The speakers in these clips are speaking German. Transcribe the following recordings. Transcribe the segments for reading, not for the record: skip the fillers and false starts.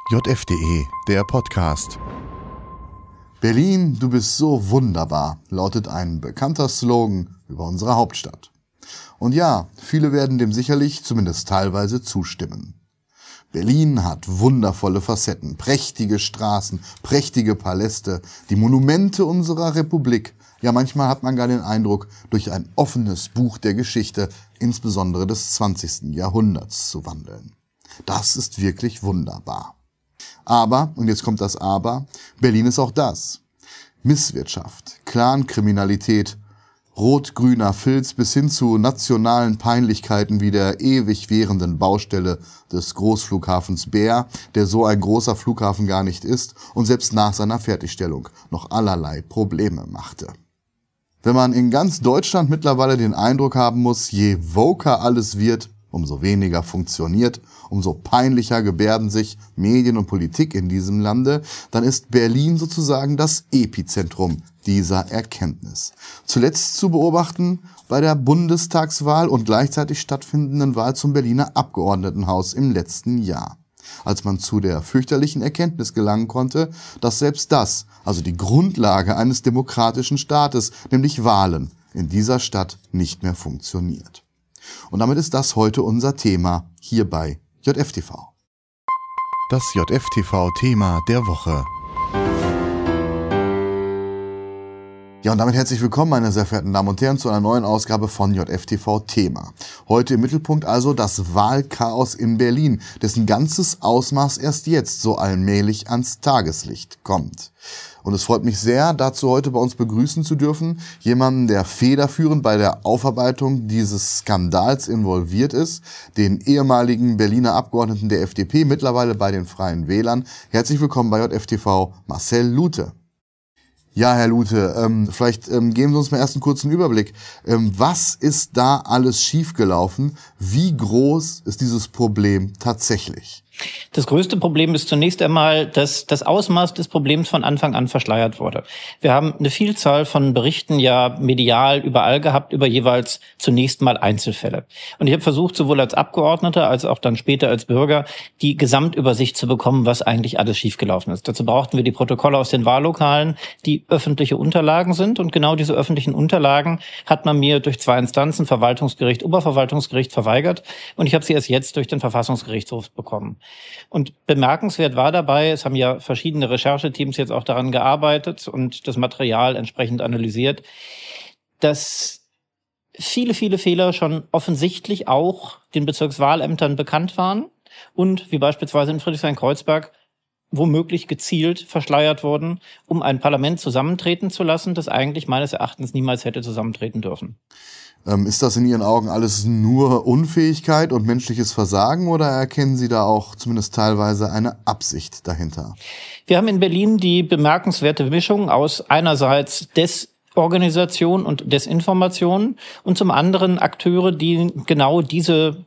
JF.de, der Podcast. Berlin, du bist so wunderbar, lautet ein bekannter Slogan über unsere Hauptstadt. Und ja, viele werden dem sicherlich zumindest teilweise zustimmen. Berlin hat wundervolle Facetten, prächtige Straßen, prächtige Paläste, die Monumente unserer Republik. Ja, manchmal hat man gar den Eindruck, durch ein offenes Buch der Geschichte, insbesondere des 20. Jahrhunderts, zu wandeln. Das ist wirklich wunderbar. Aber, und jetzt kommt das Aber, Berlin ist auch das. Misswirtschaft, Clankriminalität, rot-grüner Filz bis hin zu nationalen Peinlichkeiten wie der ewig währenden Baustelle des Großflughafens Bär, der so ein großer Flughafen gar nicht ist und selbst nach seiner Fertigstellung noch allerlei Probleme machte. Wenn man in ganz Deutschland mittlerweile den Eindruck haben muss, je woker alles wird, umso weniger funktioniert, umso peinlicher gebärden sich Medien und Politik in diesem Lande, dann ist Berlin sozusagen das Epizentrum dieser Erkenntnis. Zuletzt zu beobachten bei der Bundestagswahl und gleichzeitig stattfindenden Wahl zum Berliner Abgeordnetenhaus im letzten Jahr, als man zu der fürchterlichen Erkenntnis gelangen konnte, dass selbst das, also die Grundlage eines demokratischen Staates, nämlich Wahlen, in dieser Stadt nicht mehr funktioniert. Und damit ist das heute unser Thema hier bei JFTV. Das JFTV-Thema der Woche. Ja, und damit herzlich willkommen, meine sehr verehrten Damen und Herren, zu einer neuen Ausgabe von JFTV-Thema. Heute im Mittelpunkt also das Wahlchaos in Berlin, dessen ganzes Ausmaß erst jetzt so allmählich ans Tageslicht kommt. Und es freut mich sehr, dazu heute bei uns begrüßen zu dürfen, jemanden, der federführend bei der Aufarbeitung dieses Skandals involviert ist, den ehemaligen Berliner Abgeordneten der FDP, mittlerweile bei den Freien Wählern. Herzlich willkommen bei JFTV, Marcel Lute. Ja, Herr Lute, vielleicht geben Sie uns mal erst einen kurzen Überblick. Was ist da alles schiefgelaufen? Wie groß ist dieses Problem tatsächlich? Das größte Problem ist zunächst einmal, dass das Ausmaß des Problems von Anfang an verschleiert wurde. Wir haben eine Vielzahl von Berichten ja medial überall gehabt über jeweils zunächst mal Einzelfälle. Und ich habe versucht, sowohl als Abgeordneter als auch dann später als Bürger, die Gesamtübersicht zu bekommen, was eigentlich alles schiefgelaufen ist. Dazu brauchten wir die Protokolle aus den Wahllokalen, die öffentliche Unterlagen sind. Und genau diese öffentlichen Unterlagen hat man mir durch 2 Instanzen, Verwaltungsgericht, Oberverwaltungsgericht, verweigert. Und ich habe sie erst jetzt durch den Verfassungsgerichtshof bekommen. Und bemerkenswert war dabei, es haben ja verschiedene Rechercheteams jetzt auch daran gearbeitet und das Material entsprechend analysiert, dass viele Fehler schon offensichtlich auch den Bezirkswahlämtern bekannt waren und wie beispielsweise in Friedrichshain-Kreuzberg womöglich gezielt verschleiert wurden, um ein Parlament zusammentreten zu lassen, das eigentlich meines Erachtens niemals hätte zusammentreten dürfen. Ist das in Ihren Augen alles nur Unfähigkeit und menschliches Versagen oder erkennen Sie da auch zumindest teilweise eine Absicht dahinter? Wir haben in Berlin die bemerkenswerte Mischung aus einerseits Desorganisation und Desinformation und zum anderen Akteure, die genau diese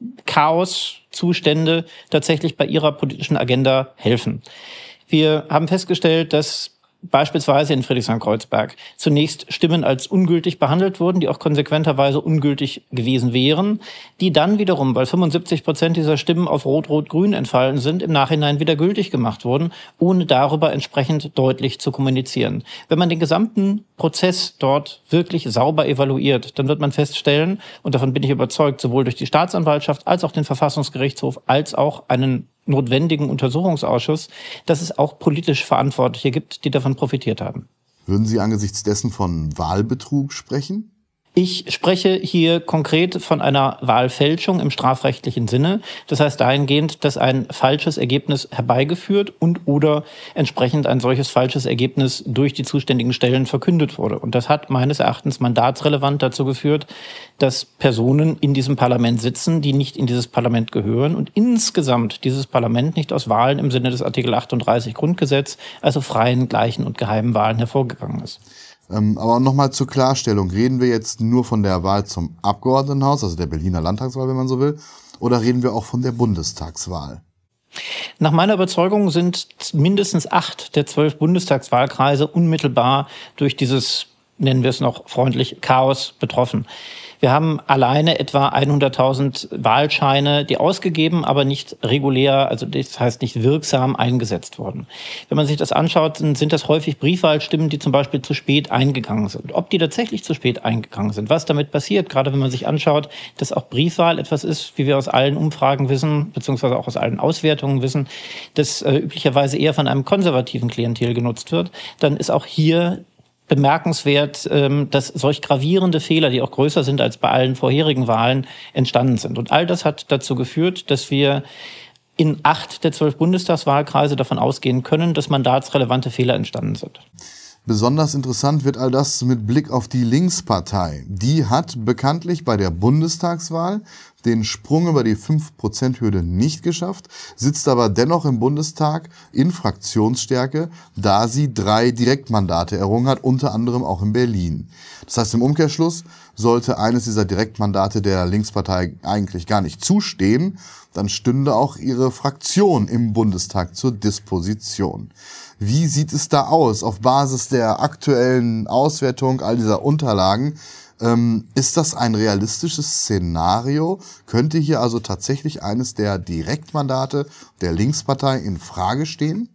Chaoszustände tatsächlich bei ihrer politischen Agenda helfen. Wir haben festgestellt, dass beispielsweise in Friedrichshain-Kreuzberg zunächst Stimmen als ungültig behandelt wurden, die auch konsequenterweise ungültig gewesen wären, die dann wiederum, weil 75% dieser Stimmen auf Rot-Rot-Grün entfallen sind, im Nachhinein wieder gültig gemacht wurden, ohne darüber entsprechend deutlich zu kommunizieren. Wenn man den gesamten Prozess dort wirklich sauber evaluiert, dann wird man feststellen, und davon bin ich überzeugt, sowohl durch die Staatsanwaltschaft als auch den Verfassungsgerichtshof als auch einen notwendigen Untersuchungsausschuss, dass es auch politisch Verantwortliche gibt, die davon profitiert haben. Würden Sie angesichts dessen von Wahlbetrug sprechen? Ich spreche hier konkret von einer Wahlfälschung im strafrechtlichen Sinne. Das heißt dahingehend, dass ein falsches Ergebnis herbeigeführt und oder entsprechend ein solches falsches Ergebnis durch die zuständigen Stellen verkündet wurde. Und das hat meines Erachtens mandatsrelevant dazu geführt, dass Personen in diesem Parlament sitzen, die nicht in dieses Parlament gehören und insgesamt dieses Parlament nicht aus Wahlen im Sinne des Artikel 38 Grundgesetz, also freien, gleichen und geheimen Wahlen hervorgegangen ist. Aber nochmal zur Klarstellung, reden wir jetzt nur von der Wahl zum Abgeordnetenhaus, also der Berliner Landtagswahl, wenn man so will, oder reden wir auch von der Bundestagswahl? Nach meiner Überzeugung sind mindestens 8 der 12 Bundestagswahlkreise unmittelbar durch dieses nennen wir es noch freundlich, Chaos betroffen. Wir haben alleine etwa 100.000 Wahlscheine, die ausgegeben, aber nicht regulär, also das heißt nicht wirksam eingesetzt wurden. Wenn man sich das anschaut, dann sind das häufig Briefwahlstimmen, die zum Beispiel zu spät eingegangen sind. Ob die tatsächlich zu spät eingegangen sind, was damit passiert, gerade wenn man sich anschaut, dass auch Briefwahl etwas ist, wie wir aus allen Umfragen wissen, beziehungsweise auch aus allen Auswertungen wissen, das üblicherweise eher von einem konservativen Klientel genutzt wird, dann ist auch hier bemerkenswert, dass solch gravierende Fehler, die auch größer sind als bei allen vorherigen Wahlen, entstanden sind. Und all das hat dazu geführt, dass wir in 8 der 12 Bundestagswahlkreise davon ausgehen können, dass mandatsrelevante Fehler entstanden sind. Besonders interessant wird all das mit Blick auf die Linkspartei. Die hat bekanntlich bei der Bundestagswahl den Sprung über die 5%-Hürde nicht geschafft, sitzt aber dennoch im Bundestag in Fraktionsstärke, da sie 3 Direktmandate errungen hat, unter anderem auch in Berlin. Das heißt, im Umkehrschluss sollte eines dieser Direktmandate der Linkspartei eigentlich gar nicht zustehen, dann stünde auch ihre Fraktion im Bundestag zur Disposition. Wie sieht es da aus auf Basis der aktuellen Auswertung all dieser Unterlagen? Ist das ein realistisches Szenario? Könnte hier also tatsächlich eines der Direktmandate der Linkspartei in Frage stehen?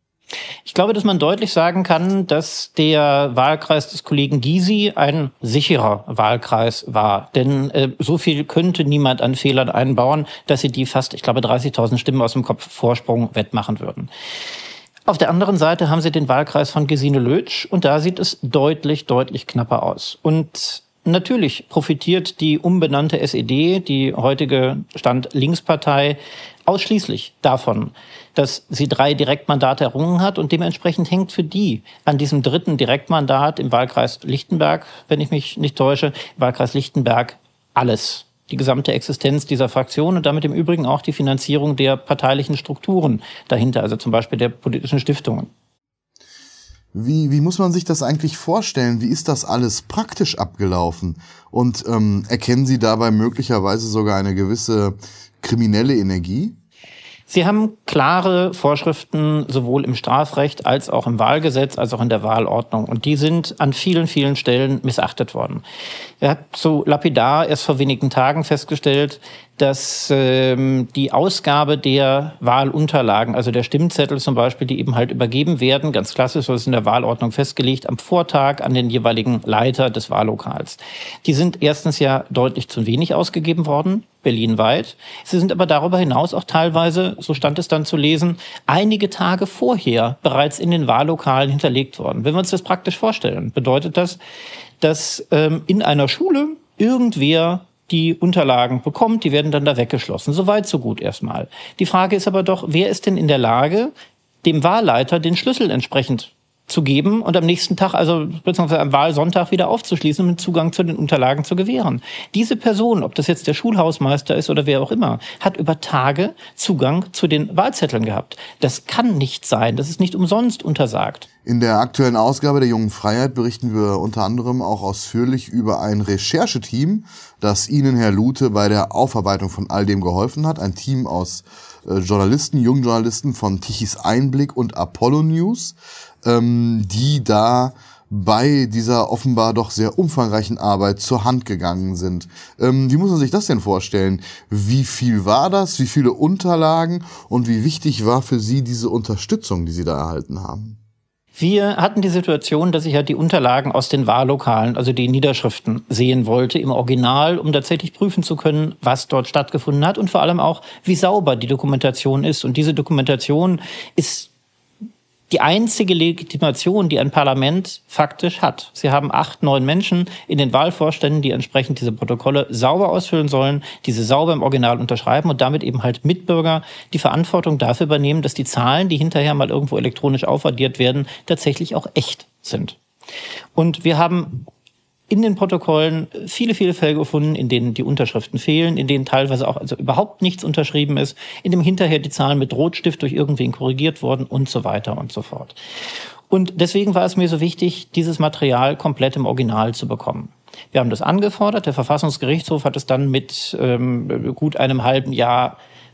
Ich glaube, dass man deutlich sagen kann, dass der Wahlkreis des Kollegen Gysi ein sicherer Wahlkreis war. Denn so viel könnte niemand an Fehlern einbauen, dass sie die fast, ich glaube, 30.000 Stimmen aus dem Kopf Vorsprung wettmachen würden. Auf der anderen Seite haben sie den Wahlkreis von Gesine Lötsch und da sieht es deutlich, deutlich knapper aus. Und natürlich profitiert die umbenannte SED, die heutige Stand Linkspartei, ausschließlich davon, dass sie 3 Direktmandate errungen hat und dementsprechend hängt für die an diesem 3. Direktmandat im Wahlkreis Lichtenberg, wenn ich mich nicht täusche, im Wahlkreis Lichtenberg alles. Die gesamte Existenz dieser Fraktion und damit im Übrigen auch die Finanzierung der parteilichen Strukturen dahinter, also zum Beispiel der politischen Stiftungen. Wie muss man sich das eigentlich vorstellen? Wie ist das alles praktisch abgelaufen? Und erkennen Sie dabei möglicherweise sogar eine gewisse kriminelle Energie? Sie haben klare Vorschriften sowohl im Strafrecht als auch im Wahlgesetz, als auch in der Wahlordnung. Und die sind an vielen, vielen Stellen missachtet worden. Er hat so lapidar erst vor wenigen Tagen festgestellt, dass die Ausgabe der Wahlunterlagen, also der Stimmzettel zum Beispiel, die eben halt übergeben werden, ganz klassisch, so ist in der Wahlordnung festgelegt, am Vortag an den jeweiligen Leiter des Wahllokals. Die sind erstens ja deutlich zu wenig ausgegeben worden, berlinweit. Sie sind aber darüber hinaus auch teilweise, so stand es dann zu lesen, einige Tage vorher bereits in den Wahllokalen hinterlegt worden. Wenn wir uns das praktisch vorstellen, bedeutet das, dass in einer Schule irgendwer die Unterlagen bekommt, die werden dann da weggeschlossen. Soweit, so gut erstmal. Die Frage ist aber doch, wer ist denn in der Lage, dem Wahlleiter den Schlüssel entsprechend zu geben und am nächsten Tag, also beziehungsweise am Wahlsonntag wieder aufzuschließen und den Zugang zu den Unterlagen zu gewähren. Diese Person, ob das jetzt der Schulhausmeister ist oder wer auch immer, hat über Tage Zugang zu den Wahlzetteln gehabt. Das kann nicht sein, das ist nicht umsonst untersagt. In der aktuellen Ausgabe der Jungen Freiheit berichten wir unter anderem auch ausführlich über ein Rechercheteam, das Ihnen, Herr Lute, bei der Aufarbeitung von all dem geholfen hat. Ein Team aus Journalisten, jungen Journalisten von Tichys Einblick und Apollo News, die da bei dieser offenbar doch sehr umfangreichen Arbeit zur Hand gegangen sind. Wie muss man sich das denn vorstellen? Wie viel war das? Wie viele Unterlagen? Und wie wichtig war für Sie diese Unterstützung, die Sie da erhalten haben? Wir hatten die Situation, dass ich ja die Unterlagen aus den Wahllokalen, also die Niederschriften, sehen wollte im Original, um tatsächlich prüfen zu können, was dort stattgefunden hat und vor allem auch, wie sauber die Dokumentation ist. Und diese Dokumentation ist die einzige Legitimation, die ein Parlament faktisch hat. Sie haben 8, 9 Menschen in den Wahlvorständen, die entsprechend diese Protokolle sauber ausfüllen sollen, diese sauber im Original unterschreiben und damit eben halt Mitbürger die Verantwortung dafür übernehmen, dass die Zahlen, die hinterher mal irgendwo elektronisch aufaddiert werden, tatsächlich auch echt sind. Und wir haben in den Protokollen viele, viele Fälle gefunden, in denen die Unterschriften fehlen, in denen teilweise auch also überhaupt nichts unterschrieben ist, in dem hinterher die Zahlen mit Rotstift durch irgendwen korrigiert wurden und so weiter und so fort. Und deswegen war es mir so wichtig, dieses Material komplett im Original zu bekommen. Wir haben das angefordert, der Verfassungsgerichtshof hat es dann mit gut einem halben Jahr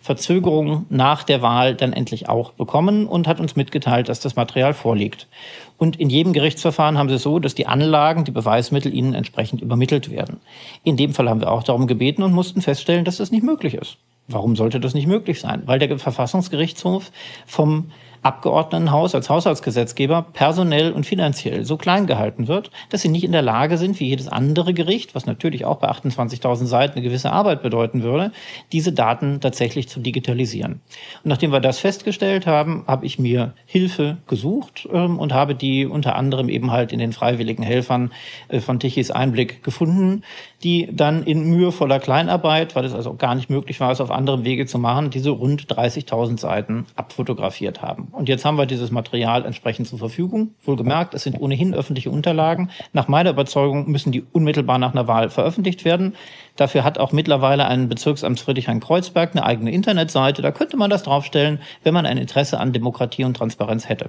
Verzögerung nach der Wahl dann endlich auch bekommen und hat uns mitgeteilt, dass das Material vorliegt. Und in jedem Gerichtsverfahren haben sie es so, dass die Anlagen, die Beweismittel ihnen entsprechend übermittelt werden. In dem Fall haben wir auch darum gebeten und mussten feststellen, dass das nicht möglich ist. Warum sollte das nicht möglich sein? Weil der Verfassungsgerichtshof vom Abgeordnetenhaus als Haushaltsgesetzgeber personell und finanziell so klein gehalten wird, dass sie nicht in der Lage sind, wie jedes andere Gericht, was natürlich auch bei 28.000 Seiten eine gewisse Arbeit bedeuten würde, diese Daten tatsächlich zu digitalisieren. Und nachdem wir das festgestellt haben, habe ich mir Hilfe gesucht und habe die unter anderem eben halt in den freiwilligen Helfern von Tichys Einblick gefunden, die dann in mühevoller Kleinarbeit, weil es also gar nicht möglich war, es auf anderem Wege zu machen, diese rund 30.000 Seiten abfotografiert haben. Und jetzt haben wir dieses Material entsprechend zur Verfügung. Wohlgemerkt, es sind ohnehin öffentliche Unterlagen. Nach meiner Überzeugung müssen die unmittelbar nach einer Wahl veröffentlicht werden. Dafür hat auch mittlerweile ein Bezirksamt Friedrichshain-Kreuzberg eine eigene Internetseite. Da könnte man das draufstellen, wenn man ein Interesse an Demokratie und Transparenz hätte.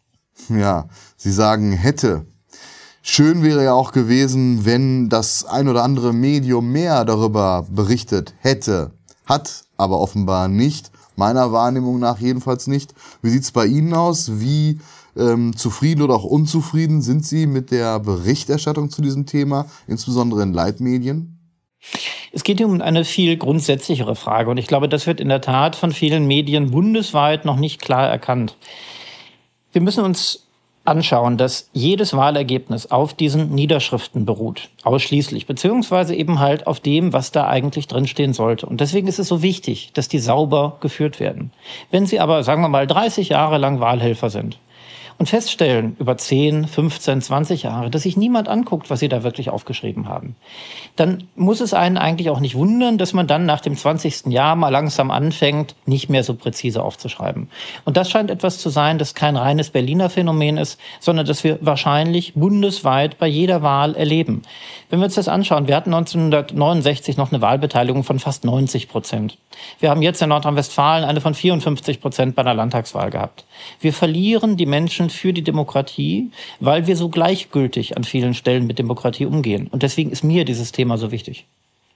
Ja, Sie sagen hätte. Schön wäre ja auch gewesen, wenn das ein oder andere Medium mehr darüber berichtet hätte. Hat aber offenbar nicht. Meiner Wahrnehmung nach jedenfalls nicht. Wie sieht's bei Ihnen aus? Wie zufrieden oder auch unzufrieden sind Sie mit der Berichterstattung zu diesem Thema, insbesondere in Leitmedien? Es geht hier um eine viel grundsätzlichere Frage. Und ich glaube, das wird in der Tat von vielen Medien bundesweit noch nicht klar erkannt. Wir müssen uns anschauen, dass jedes Wahlergebnis auf diesen Niederschriften beruht, ausschließlich, beziehungsweise eben halt auf dem, was da eigentlich drinstehen sollte. Und deswegen ist es so wichtig, dass die sauber geführt werden. Wenn Sie aber, sagen wir mal, 30 Jahre lang Wahlhelfer sind und feststellen, über 10, 15, 20 Jahre, dass sich niemand anguckt, was Sie da wirklich aufgeschrieben haben, dann muss es einen eigentlich auch nicht wundern, dass man dann nach dem 20. Jahr mal langsam anfängt, nicht mehr so präzise aufzuschreiben. Und das scheint etwas zu sein, das kein reines Berliner Phänomen ist, sondern das wir wahrscheinlich bundesweit bei jeder Wahl erleben. Wenn wir uns das anschauen, wir hatten 1969 noch eine Wahlbeteiligung von fast 90%. Wir haben jetzt in Nordrhein-Westfalen eine von 54% bei der Landtagswahl gehabt. Wir verlieren die Menschen für die Demokratie, weil wir so gleichgültig an vielen Stellen mit Demokratie umgehen. Und deswegen ist mir dieses Thema so wichtig.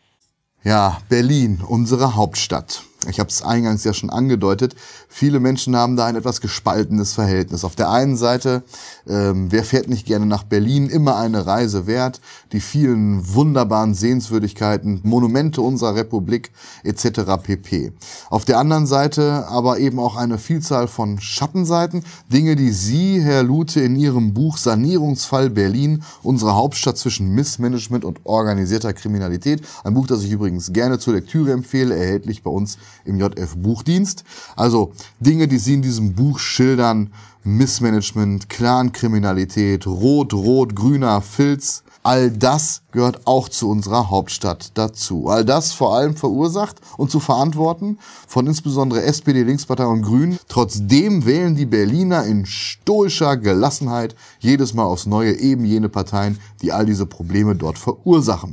Ja, Berlin, unsere Hauptstadt. Ich habe es eingangs ja schon angedeutet, viele Menschen haben da ein etwas gespaltenes Verhältnis. Auf der einen Seite, wer fährt nicht gerne nach Berlin, immer eine Reise wert, die vielen wunderbaren Sehenswürdigkeiten, Monumente unserer Republik etc. pp. Auf der anderen Seite aber eben auch eine Vielzahl von Schattenseiten, Dinge, die Sie, Herr Lute, in Ihrem Buch Sanierungsfall Berlin, unsere Hauptstadt zwischen Missmanagement und organisierter Kriminalität, ein Buch, das ich übrigens gerne zur Lektüre empfehle, erhältlich bei uns im JF Buchdienst. Also Dinge, die Sie in diesem Buch schildern: Missmanagement, Clankriminalität, rot-rot-grüner Filz. All das gehört auch zu unserer Hauptstadt dazu. All das vor allem verursacht und zu verantworten von insbesondere SPD, Linkspartei und Grünen. Trotzdem wählen die Berliner in stoischer Gelassenheit jedes Mal aufs Neue eben jene Parteien, die all diese Probleme dort verursachen.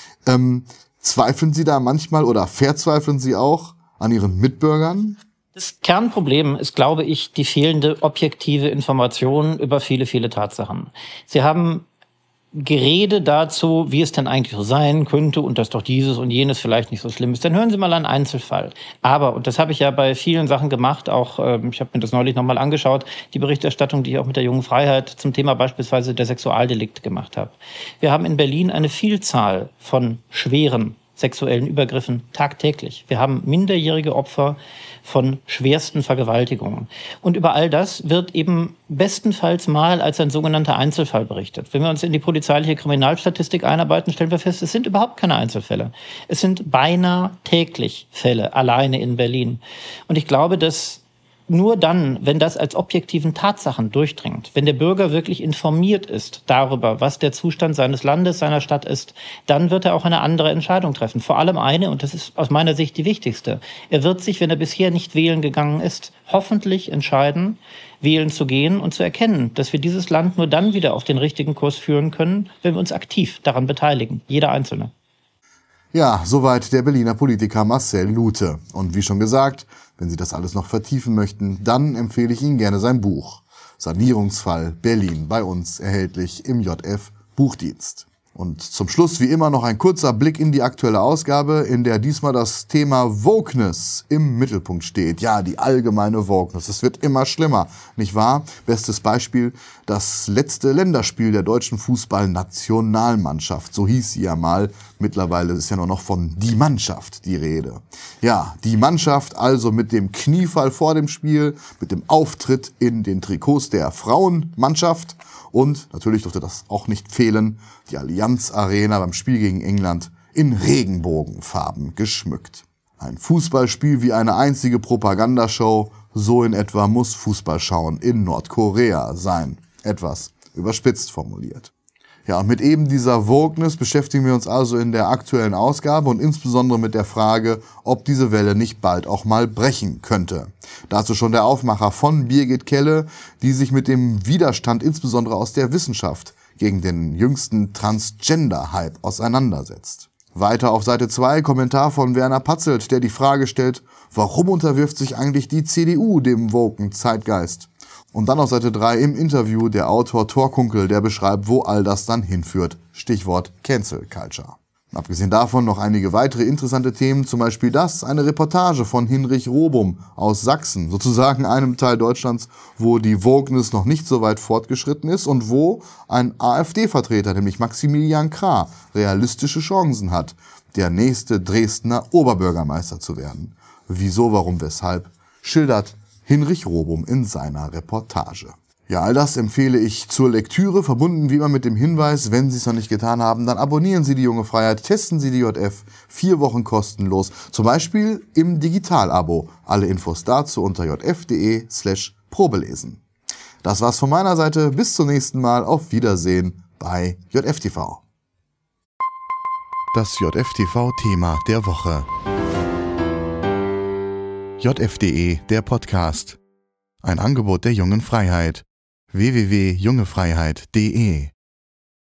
Zweifeln Sie da manchmal oder verzweifeln Sie auch an Ihren Mitbürgern? Das Kernproblem ist, glaube ich, die fehlende objektive Information über viele, viele Tatsachen. Sie haben Gerede dazu, wie es denn eigentlich so sein könnte und dass doch dieses und jenes vielleicht nicht so schlimm ist. Dann hören Sie mal einen Einzelfall. Aber, und das habe ich ja bei vielen Sachen gemacht, auch ich habe mir das neulich nochmal angeschaut, die Berichterstattung, die ich auch mit der Jungen Freiheit zum Thema beispielsweise der Sexualdelikte gemacht habe. Wir haben in Berlin eine Vielzahl von schweren sexuellen Übergriffen tagtäglich. Wir haben minderjährige Opfer von schwersten Vergewaltigungen. Und über all das wird eben bestenfalls mal als ein sogenannter Einzelfall berichtet. Wenn wir uns in die polizeiliche Kriminalstatistik einarbeiten, stellen wir fest, es sind überhaupt keine Einzelfälle. Es sind beinahe täglich Fälle alleine in Berlin. Und ich glaube, dass nur dann, wenn das als objektiven Tatsachen durchdringt, wenn der Bürger wirklich informiert ist darüber, was der Zustand seines Landes, seiner Stadt ist, dann wird er auch eine andere Entscheidung treffen. Vor allem eine, und das ist aus meiner Sicht die wichtigste: Er wird sich, wenn er bisher nicht wählen gegangen ist, hoffentlich entscheiden, wählen zu gehen und zu erkennen, dass wir dieses Land nur dann wieder auf den richtigen Kurs führen können, wenn wir uns aktiv daran beteiligen, jeder Einzelne. Ja, soweit der Berliner Politiker Marcel Lute. Und wie schon gesagt, wenn Sie das alles noch vertiefen möchten, dann empfehle ich Ihnen gerne sein Buch Sanierungsfall Berlin, bei uns erhältlich im JF Buchdienst. Und zum Schluss wie immer noch ein kurzer Blick in die aktuelle Ausgabe, in der diesmal das Thema Wokeness im Mittelpunkt steht. Ja, die allgemeine Wokeness. Es wird immer schlimmer, nicht wahr? Bestes Beispiel, das letzte Länderspiel der deutschen Fußballnationalmannschaft. So hieß sie ja mal. Mittlerweile ist ja nur noch von die Mannschaft die Rede. Ja, die Mannschaft also mit dem Kniefall vor dem Spiel, mit dem Auftritt in den Trikots der Frauenmannschaft. Und natürlich durfte das auch nicht fehlen, die Allianz Arena beim Spiel gegen England in Regenbogenfarben geschmückt. Ein Fußballspiel wie eine einzige Propagandashow, so in etwa muss Fußballschauen in Nordkorea sein. Etwas überspitzt formuliert. Ja, und mit eben dieser Wokeness beschäftigen wir uns also in der aktuellen Ausgabe und insbesondere mit der Frage, ob diese Welle nicht bald auch mal brechen könnte. Dazu schon der Aufmacher von Birgit Kelle, die sich mit dem Widerstand insbesondere aus der Wissenschaft gegen den jüngsten Transgender-Hype auseinandersetzt. Weiter auf Seite 2 Kommentar von Werner Patzelt, der die Frage stellt, warum unterwirft sich eigentlich die CDU dem woken Zeitgeist? Und dann auf Seite 3 im Interview der Autor Thor Kunkel, der beschreibt, wo all das dann hinführt. Stichwort Cancel Culture. Und abgesehen davon noch einige weitere interessante Themen, zum Beispiel eine Reportage von Hinrich Robum aus Sachsen, sozusagen einem Teil Deutschlands, wo die Wokeness noch nicht so weit fortgeschritten ist und wo ein AfD-Vertreter, nämlich Maximilian Krah, realistische Chancen hat, der nächste Dresdner Oberbürgermeister zu werden. Wieso, warum, weshalb, schildert Hinrich Robum in seiner Reportage. Ja, all das empfehle ich zur Lektüre, verbunden wie immer mit dem Hinweis, wenn Sie es noch nicht getan haben, dann abonnieren Sie die Junge Freiheit, testen Sie die JF, 4 Wochen kostenlos, zum Beispiel im Digital-Abo. Alle Infos dazu unter jf.de/probelesen. Das war's von meiner Seite, bis zum nächsten Mal, auf Wiedersehen bei JFTV. Das JFTV-Thema der Woche. JF.de, der Podcast. Ein Angebot der Jungen Freiheit. www.jungefreiheit.de